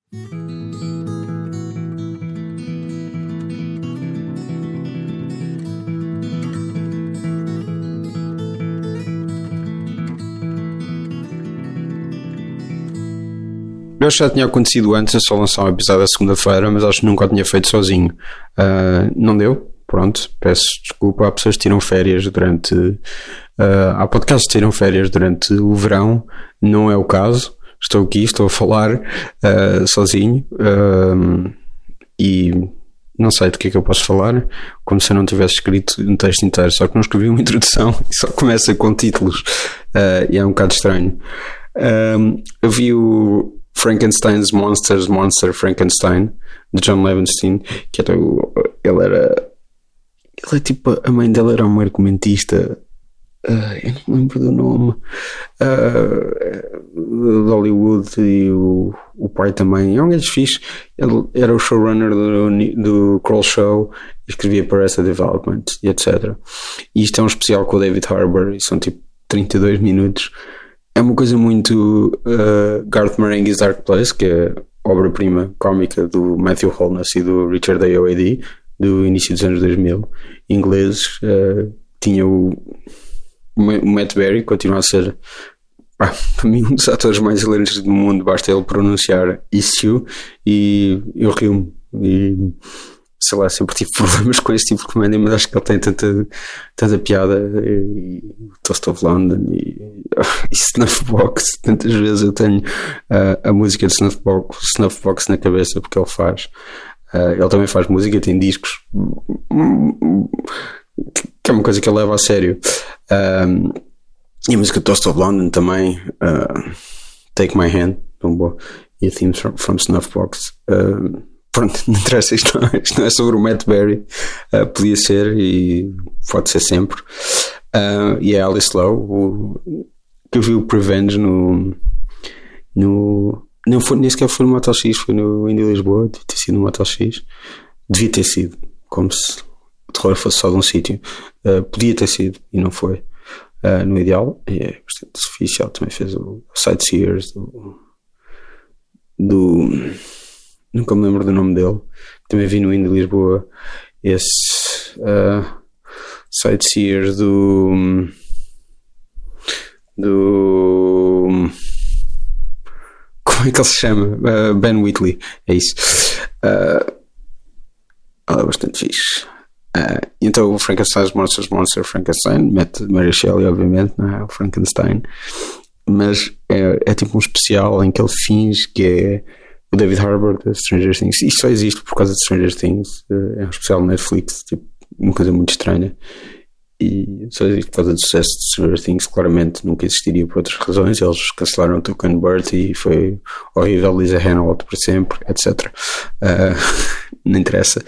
Eu já tinha acontecido antes, eu só lançar um episódio à segunda-feira, mas acho que nunca o tinha feito sozinho. Não deu, pronto, peço desculpa. Há pessoas que tiram férias durante há podcasts que tiram férias durante o verão. Não é o caso, estou aqui, estou a falar sozinho, e não sei do que é que eu posso falar, como se eu não tivesse escrito um texto inteiro, só que não escrevi uma introdução e só começa com títulos, e é um bocado estranho. Eu vi o Frankenstein's Monster Frankenstein, de John Levenstein, que era ele é tipo, a mãe dele era uma argumentista, eu não lembro do nome, de Hollywood, e o pai também é um gajo fixe. Ele era o showrunner do Kroll Show, escrevia para Arrested Development e etc. E isto é um especial com o David Harbour e são tipo 32 minutos. É uma coisa muito Garth Marenghi's Dark Place, que é a obra-prima cómica do Matthew Holness e do Richard Ayoade, do início dos anos 2000, ingleses. Tinha o Matt Berry, continua a ser, para mim, um dos atores mais hilarantes do mundo. Basta ele pronunciar issue e eu rio-me. E sei lá, sempre tive problemas com esse tipo de comédia, mas acho que ele tem tanta piada. E Toast of London e Snuffbox, tantas vezes eu tenho a música de Snuffbox na cabeça, porque ele faz, ele também faz música, tem discos, que é uma coisa que ele leva a sério, e a música de Toast of London também, Take My Hand, tão boa, e a theme from Snuffbox. Pronto, não interessa, isto não é sobre o Matt Berry, podia ser e pode ser sempre. E a Alice Lowe, que eu vi o Prevenge não foi, nem sequer foi no Motel X, foi no Indie Lisboa. Devia ter sido no Motel X, devia ter sido, como se o terror fosse só de um sítio. Podia ter sido e não foi. No Ideal, e é bastante fixe. Ela também fez o Sightseers do nunca me lembro do nome dele. Também vi no Indie Lisboa esse Sightseers do como é que ele se chama? Ben Wheatley, é isso. Ela é bastante fixe. Então o Frankenstein's Monster Frankenstein mete Mary Shelley, obviamente, não é? O Frankenstein, mas é tipo um especial em que ele finge que é o David Harbour de Stranger Things. Isto só existe por causa de Stranger Things. É um especial de Netflix, tipo, uma coisa muito estranha, e só existe por causa do sucesso de Stranger Things. Claramente nunca existiria por outras razões. Eles cancelaram o Tuca and Bertie e foi horrível. Lisa Hannawalt para sempre, etc. Não interessa.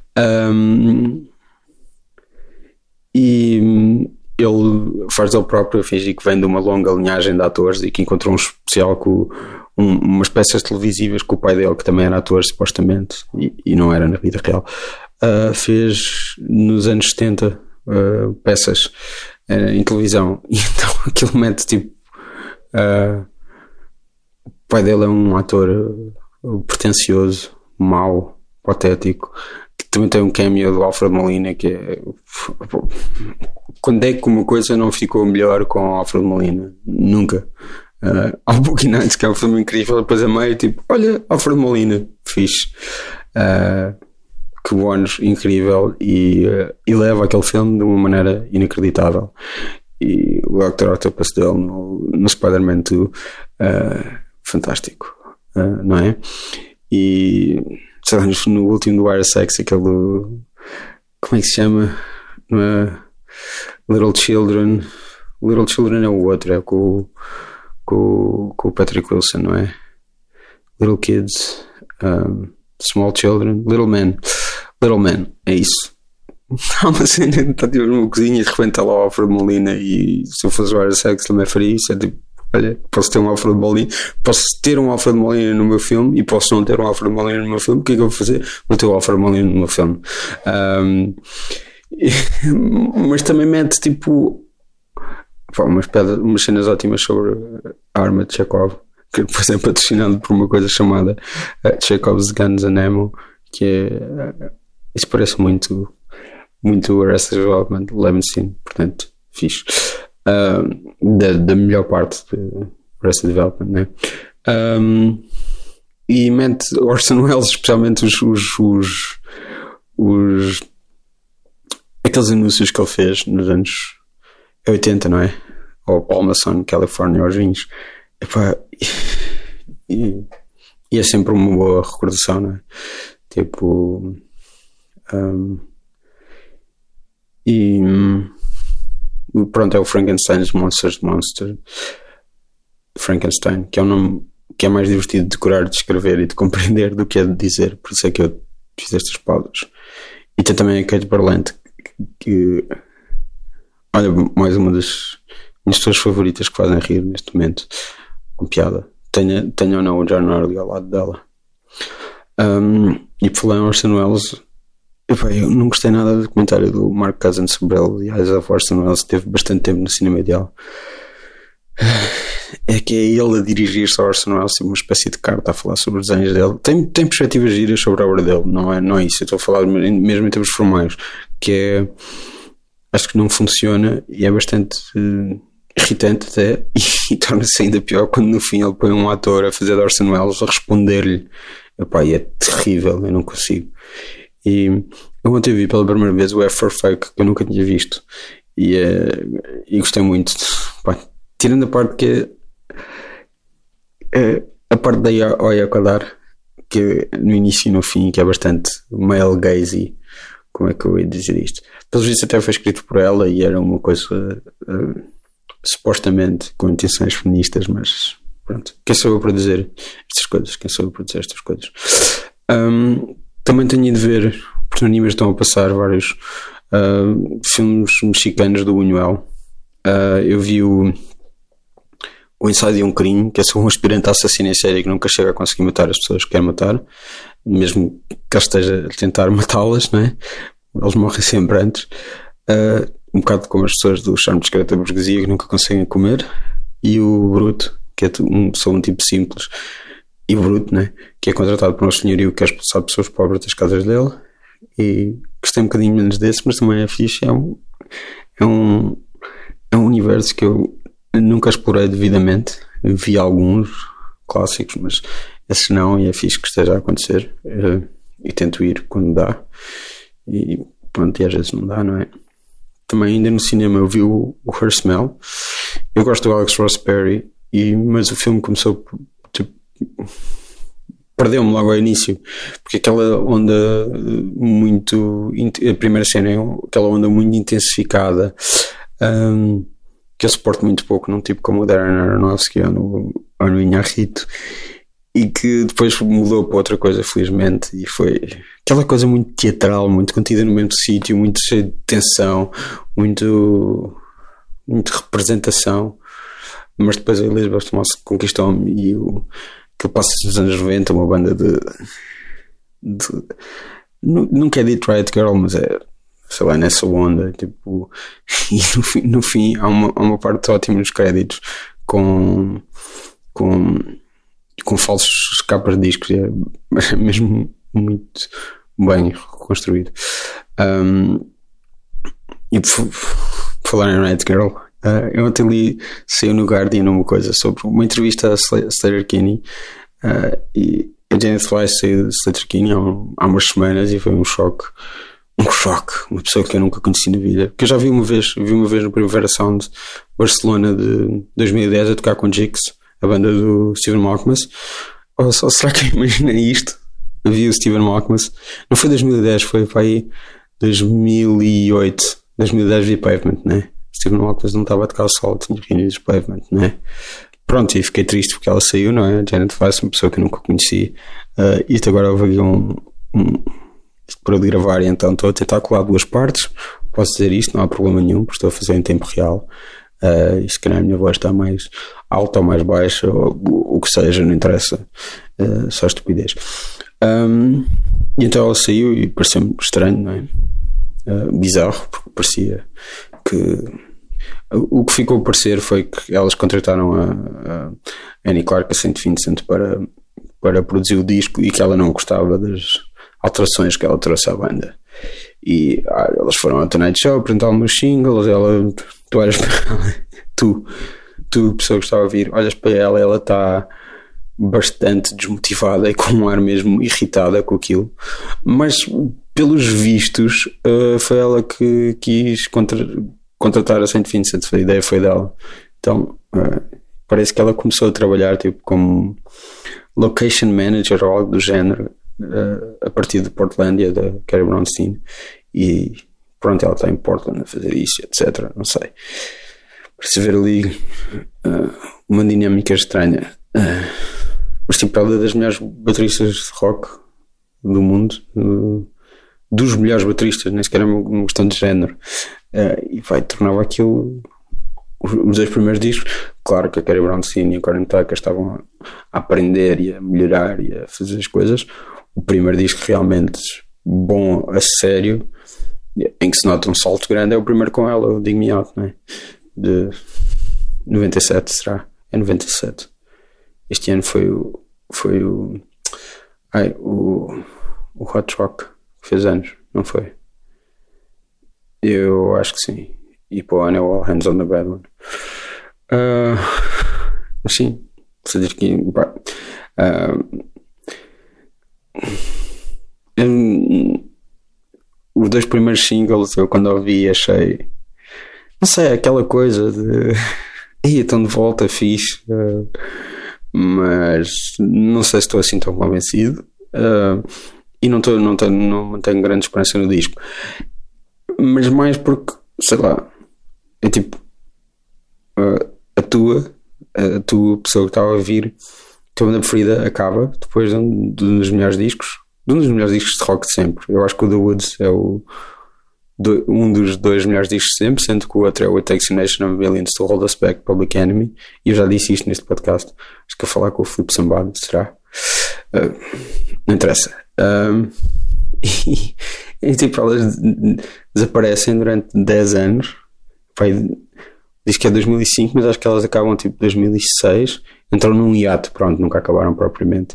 E ele faz dele próprio, fingir que vem de uma longa linhagem de atores e que encontrou um especial com umas peças televisivas com o pai dele, que também era ator supostamente, e não era na vida real. Fez nos anos 70 peças em televisão, e então aquilo mete tipo, o pai dele é um ator pretencioso, mau, patético, que também tem um cameo do Alfred Molina, que é, quando é que uma coisa não ficou melhor com o Alfred Molina? Nunca. Há o Boogie Nights, que é um filme incrível, depois a meio tipo, olha, Alfred Molina, fixe, que bónus incrível, e leva aquele filme de uma maneira inacreditável. E o Dr. Octopus dele no Spider-Man 2, fantástico, não é? E sei lá, no último do Wire Sex, aquele, como é que se chama? Little Children é o outro, é com o Patrick Wilson, não é? Little Kids, Small Children, Little Men, é isso. Há uma cena que está tipo numa cozinha e de repente está lá o Alfred Molina, e se eu fosse o Wire Sex também faria isso. É tipo, olha, posso ter um Alfred Molina no meu filme e posso não ter um Alfred Molina no meu filme. O que é que eu vou fazer? Vou ter o Alfred Molina no meu filme. Mas também mete tipo umas cenas ótimas sobre a arma de Chekhov, que depois é patrocinado por uma coisa chamada Jacob's Guns and Ammo, que é isso parece muito Arrested Development, Levinstein, portanto fixe, da melhor parte de Arrested Development, né? E mete Orson Welles, especialmente os aqueles anúncios que ele fez nos anos 80, não é? Ou Palmason, California, aos vinhos. Epá, e é sempre uma boa recordação, não é? Tipo, e pronto, é o Frankenstein's Monsters Monster. Frankenstein, que é um nome que é mais divertido de decorar, de escrever e de compreender do que é de dizer, por isso é que eu fiz estas pausas. E tem também a Kate Berlant, que olha, mais uma das minhas pessoas favoritas que fazem rir neste momento, com piada, tenha ou não o John Early ao lado dela. E por falar em Orson Welles, eu não gostei nada do documentário do Mark Cousins sobre ele. E Eyes of Orson Welles teve bastante tempo no cinema ideal. É que é ele a dirigir-se ao Orson Welles, uma espécie de carta a falar sobre os desenhos dele. Tem perspectivas giras sobre a obra dele, não é isso. Eu estou a falar mesmo em termos formais, que é, acho que não funciona e é bastante irritante até, e torna-se ainda pior quando no fim ele põe um ator a fazer de Orson Welles a responder-lhe. Epá, e é terrível, eu não consigo. E eu ontem vi pela primeira vez o F for Fake, que eu nunca tinha visto, e gostei muito. Pá, tirando a parte que a parte da Oya Kodar, que no início e no fim, que é bastante male gazy, como é que eu ia dizer isto? Pelos vistos até foi escrito por ela e era uma coisa supostamente com intenções feministas, mas pronto, quem sou eu para dizer estas coisas? Também tenho ido ver, porque no Animas estão a passar vários filmes mexicanos do Buñuel. Eu vi o Ensaio de um Crime, que é sobre um aspirante a assassino em série que nunca chega a conseguir matar as pessoas que quer matar, mesmo que ele esteja a tentar matá-las, não é? Eles morrem sempre antes. Um bocado como as pessoas do Charme Discreto da Burguesia, que nunca conseguem comer. E o Bruto, que é só um tipo simples e bruto, né? Que é contratado por um senhorio que quer expulsar pessoas pobres das casas dele. E gostei um bocadinho menos desse, mas também é fixe. É um universo que eu nunca explorei devidamente. Vi alguns clássicos, mas esses não, e é fixe que esteja a acontecer. E tento ir quando dá. E pronto, e às vezes não dá, não é? Também ainda no cinema eu vi o Her Smell. Eu gosto do Alex Ross Perry, mas o filme começou tipo, perdeu-me logo ao início, porque aquela onda muito, a primeira cena é aquela onda muito intensificada, que eu suporto muito pouco num tipo como o Darren Aronofsky ou no Inharrito, e que depois mudou para outra coisa, felizmente, e foi aquela coisa muito teatral, muito contida no mesmo sítio, muito cheia de tensão, muito representação. Mas depois a Elizabeth Moss conquistou-me, e que passa nos anos 90, uma banda de nunca é Detroit Girl, mas é, sei lá, nessa onda, tipo, e no fim há uma parte ótima nos créditos com falsos capas de discos, é mesmo muito bem reconstruído. E por falar em Red Girl, eu ontem saiu no Guardian uma coisa sobre uma entrevista a Sleater-Kinney, e a Janet Weiss saiu de Sleater-Kinney há umas semanas, e foi um choque, uma pessoa que eu nunca conheci na vida, que eu já vi uma vez no Primavera Sound Barcelona de 2010 a tocar com Jix, a banda do Stephen Malkmus. Ou será que eu imaginei isto? Eu vi o Stephen Malkmus, não foi 2010, foi para aí 2008. 2010 vi Pavement, né? Stephen Malkmus não estava a tocar o solo, tinha reunido os Pavement, né? Pronto, e fiquei triste porque ela saiu, não é? Janet Weiss, uma pessoa que eu nunca conheci, e até agora houve aqui para gravar, e então estou a tentar colar duas partes. Posso dizer isto, não há problema nenhum, porque estou a fazer em tempo real. E se calhar a minha voz está mais alta ou mais baixa, ou o que seja, não interessa, só estupidez. E então ela saiu e pareceu-me estranho, não é? Bizarro, porque parecia que O que ficou a parecer foi que elas contrataram a Annie Clark, a Saint Vincent, para produzir o disco, e que ela não gostava das alterações que ela trouxe à banda. E elas foram ao Tonight Show, apresentaram meus singles. Tu olhas para ela, tu, pessoa que está a ouvir, olhas para ela, ela está bastante desmotivada e com um ar mesmo irritada com aquilo, mas pelos vistos foi ela que quis contratar a Saint Vincent, a ideia foi dela. Então parece que ela começou a trabalhar tipo como location manager ou algo do género, a partir de Portlandia, da Carrie Brownstein, e pronto, ela está em Portland a fazer isso, etc. Não sei, parece ver ali uma dinâmica estranha. Mas tipo, ela é das melhores bateristas de rock do mundo, dos melhores bateristas, nem sequer é uma questão de género, e vai tornar aquilo os 2 primeiros discos. Claro que a Carrie Brownstein e o Corin Tucker estavam a aprender e a melhorar e a fazer as coisas. O primeiro disco realmente bom a sério, em que se nota um salto grande, é o primeiro com ela, o Dig Me Out, não é? De 97, será? É 97. Este ano foi o Hot Rock que fez anos, não foi? Eu acho que sim. E para o ano é o All Hands on the Bad One. Mas sim, fazer aqui. Os 2 primeiros singles eu, quando ouvi, achei, não sei, aquela coisa de estão de volta, fixe, mas não sei se estou assim tão convencido, e não tenho grande esperança no disco, mas mais porque, sei lá, é tipo a tua pessoa que está a ouvir, a tua banda preferida acaba depois de um dos melhores discos de rock de sempre. Eu acho que o The Woods é um dos 2 melhores discos de sempre, sendo que o outro é o It Takes a Nation of Millions to Hold Us Back, Public Enemy, e eu já disse isto neste podcast. Acho que a falar com o Filipe Sambado, será? Não interessa. E tipo, elas desaparecem durante 10 anos. Diz que é 2005, mas acho que elas acabam tipo 2006. Entram num hiato, pronto, nunca acabaram propriamente.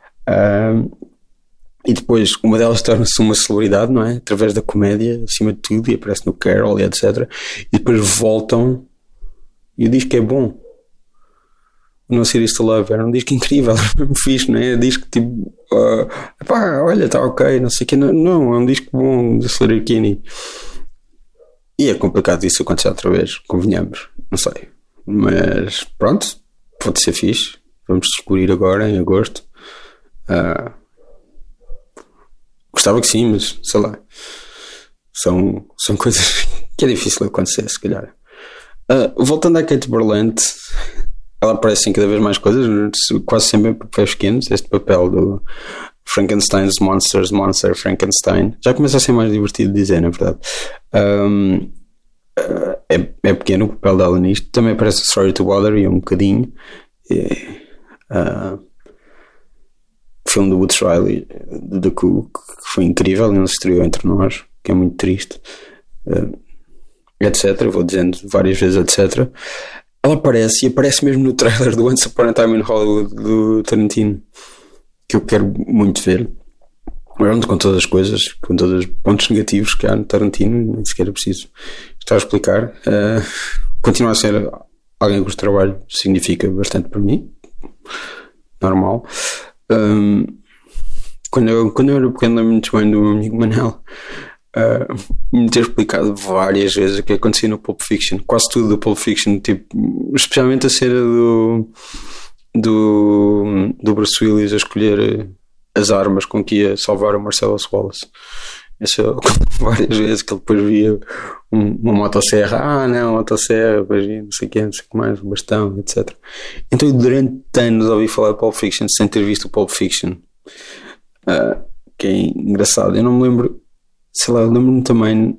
E depois uma delas torna-se uma celebridade, não é? Através da comédia, acima de tudo, e aparece no Carol e etc. E depois voltam e o disco é bom. No Series to Love era um disco incrível, me fixe, não é? Disco tipo, olha, está ok, não sei o que. Não, é um disco bom de Sleater-Kinney. E é complicado isso acontecer outra vez, convenhamos, não sei. Mas pronto, pode ser fixe. Vamos descobrir agora, em agosto. Gostava que sim, mas sei lá, são coisas que é difícil acontecer, se calhar. Voltando à Kate Berlant, ela aparece em cada vez mais coisas, quase sempre em papéis pequenos. Este papel do Frankenstein's Monster Frankenstein já começa a ser mais divertido de dizer, na verdade. É pequeno o papel dela nisto. Também aparece Sorry to Bother e um bocadinho. O filme do Woods Riley, de The Coup, que foi incrível, ele não se estreou entre nós, que é muito triste, etc. Vou dizendo várias vezes, etc. Ela aparece mesmo no trailer do Once Upon a Time in Hollywood do Tarantino, que eu quero muito ver. Com todas as coisas, com todos os pontos negativos que há no Tarantino, nem sequer é preciso estar a explicar. Continua a ser alguém cujo trabalho significa bastante para mim, normal. Quando eu era pequeno, lembro-me muito bem do meu amigo Manel me ter explicado várias vezes o que acontecia no Pulp Fiction, quase tudo do Pulp Fiction, tipo, especialmente a cena do Bruce Willis a escolher as armas com que ia salvar o Marcellus Wallace. Várias vezes que ele depois via uma motosserra, não, motosserra, depois via não sei o que mais, um bastão, etc. Então eu durante anos ouvi falar de Pulp Fiction sem ter visto o Pulp Fiction, que é engraçado. Eu não me lembro, sei lá, eu lembro-me também,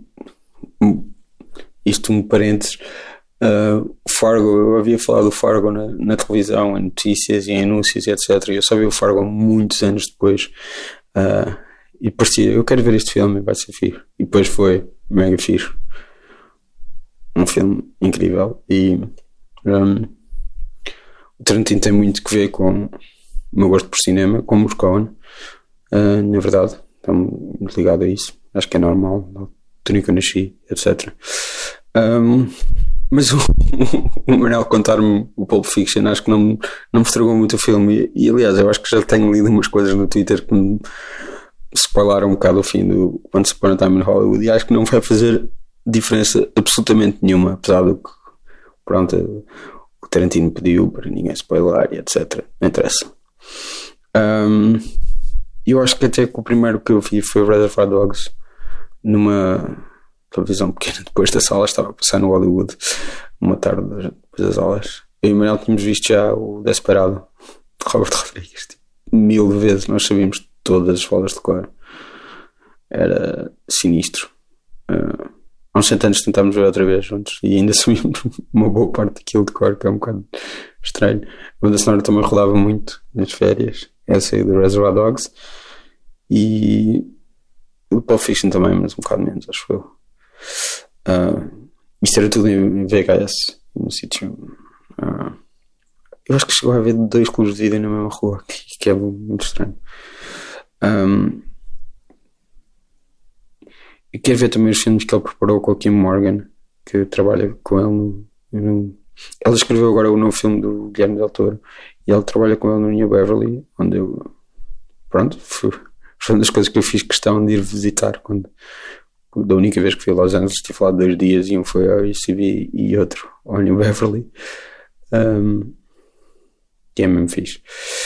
isto um parênteses, Fargo, eu havia falado do Fargo na televisão, em notícias e em anúncios e etc. Eu só vi o Fargo muitos anos depois, e parecia, eu quero ver este filme, vai ser fixe. E depois foi mega fixe. um filme incrível. E o Tarantino tem muito que ver com o meu gosto por cinema, como os Coen. Na verdade, estou muito ligado a isso. Acho que é normal, na altura que eu nasci, etc. Mas o Manel contar-me o Pulp Fiction acho que não me estragou muito o filme. E aliás, eu acho que já tenho lido umas coisas no Twitter que me spoilaram um bocado o fim do Once Upon a Time in Hollywood, e acho que não vai fazer diferença absolutamente nenhuma, apesar do que, pronto, o Tarantino pediu para ninguém spoiler e etc. Não interessa. Eu acho que até que o primeiro que eu vi foi o Reservoir Dogs, numa televisão pequena depois da sala. Estava a passar no Hollywood uma tarde depois das aulas. Eu e o Manuel tínhamos visto já o Desperado de Robert Rodrigues 1000 vezes. Nós sabíamos todas as falas de cor. Era sinistro. Há uns 100 anos tentámos ver outra vez juntos e ainda sabíamos uma boa parte daquilo de cor, que é um bocado estranho. A banda sonora também rodava muito nas férias, essa aí do Reservoir Dogs, e o Pulp Fiction também, mas um bocado menos, acho eu. Isto era tudo em VHS, no sítio. Eu acho que chegou a haver 2 clubes de vídeo na mesma rua, que é muito estranho. E quero ver também os filmes que ele preparou com o Kim Morgan, que trabalha com ele no... Ele escreveu agora o novo filme do Guilherme Del Toro e ele trabalha com ele no New Beverly, onde eu, pronto, foi uma das coisas que eu fiz questão de ir visitar da única vez que fui a Los Angeles. Estive lá 2 dias e um foi ao UCB e outro ao New Beverly, que é mesmo fixe.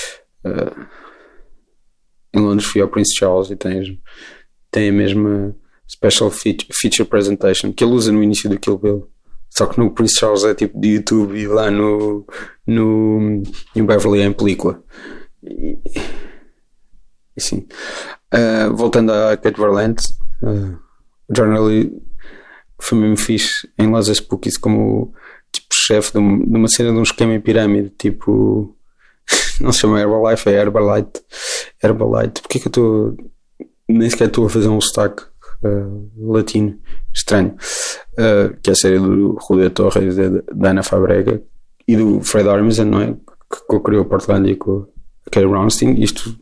Em Londres fui ao Prince Charles e tem a mesma special feature presentation que ele usa no início do Kill Bill, só que no Prince Charles é tipo de YouTube e lá no New Beverly é em película. E sim. Voltando a Kate Berlant, o Journal foi mesmo fixe em Las Spookies como tipo chefe de uma cena de um esquema em pirâmide, tipo não se chama Herbalife, é Herbalife. Porque é que eu nem sequer estou a fazer um sotaque latino estranho, que é a série do Julio Torres, da Ana Fabrega e do Fred Armisen, não é? Que criou Portlandia com a Carrie Brownstein. Isto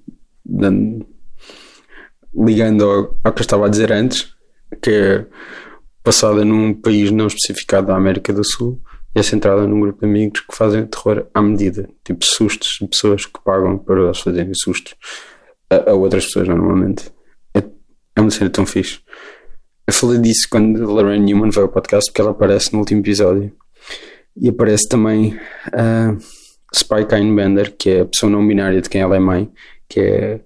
ligando ao que eu estava a dizer antes, que é passada num país não especificado da América do Sul e é centrada num grupo de amigos que fazem terror à medida, tipo sustos de pessoas que pagam para eles fazerem sustos a outras pessoas normalmente. É uma cena tão fixe. Eu falei disso quando a Lorraine Newman veio ao podcast, porque ela aparece no último episódio. E aparece também Spy Kine Bender, que é a pessoa não binária de quem ela é mãe, que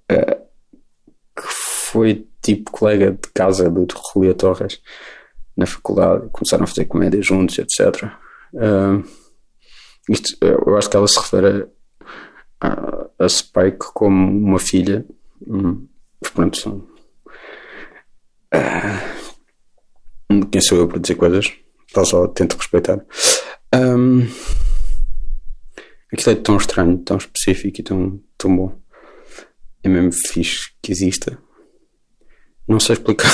foi tipo colega de casa do Julio Torres na faculdade. Começaram a fazer comédia juntos, etc. Eu acho que ela se refere a Spike como uma filha. Pronto, são... quem sou eu para dizer coisas? Só tento respeitar. Aquilo é tão estranho, tão específico e tão bom. É mesmo fixe que exista. Não sei explicar.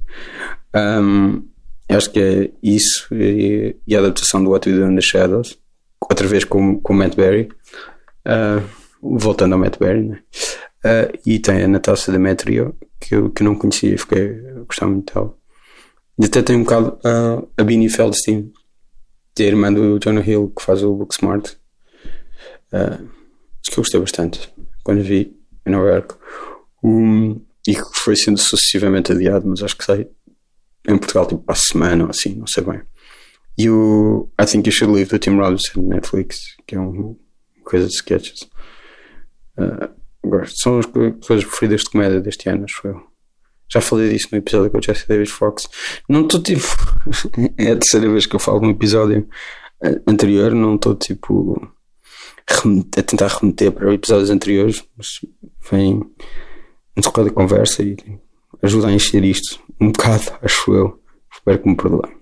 Acho que é isso e a adaptação do What We Do in the Shadows, outra vez com o Matt Berry, voltando ao Matt Berry, né? E tem a Natasha Demetrio, que eu não conhecia, fiquei a gostar muito dela. E até tem um bocado a Beanie Feldstein, que é a irmã do Jonah Hill, que faz o Booksmart. Acho que eu gostei bastante quando vi em Nova York, e que foi sendo sucessivamente adiado, mas acho que sai em Portugal tipo para a semana ou assim, não sei bem. E o I Think You Should Leave do Tim Robinson na Netflix, que é uma coisa de sketches. Gosto. São as coisas preferidas de comédia deste ano, acho eu. Já falei disso no episódio com o Jesse Davis Fox. Não estou tipo é a terceira vez que eu falo no episódio anterior. Não estou tipo a tentar remeter para episódios anteriores, mas vem um decorrer da conversa e ajuda a encher isto um bocado, acho eu. Espero que me perdoem.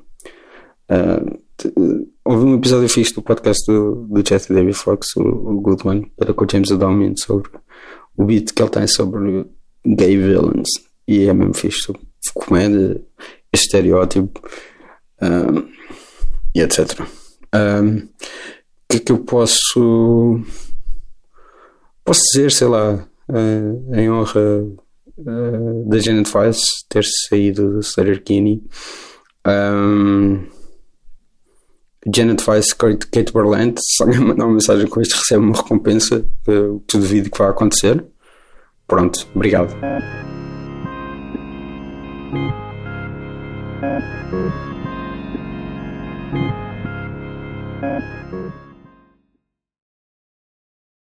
Houve um episódio fixe do podcast do Jesse Davis Fox, o Good One, era com o James Adomian, sobre o beat que ele tem sobre gay villains, e é mesmo fixe, sobre comédia, estereótipo. um, e etc. O que é que eu posso dizer, sei lá, em honra da Janet Weiss ter saído do Sleater-Kinney. Janet Weiss, Kate Berlant, se alguém mandar uma mensagem com isto, recebe uma recompensa, que duvido que vá acontecer. Pronto, obrigado.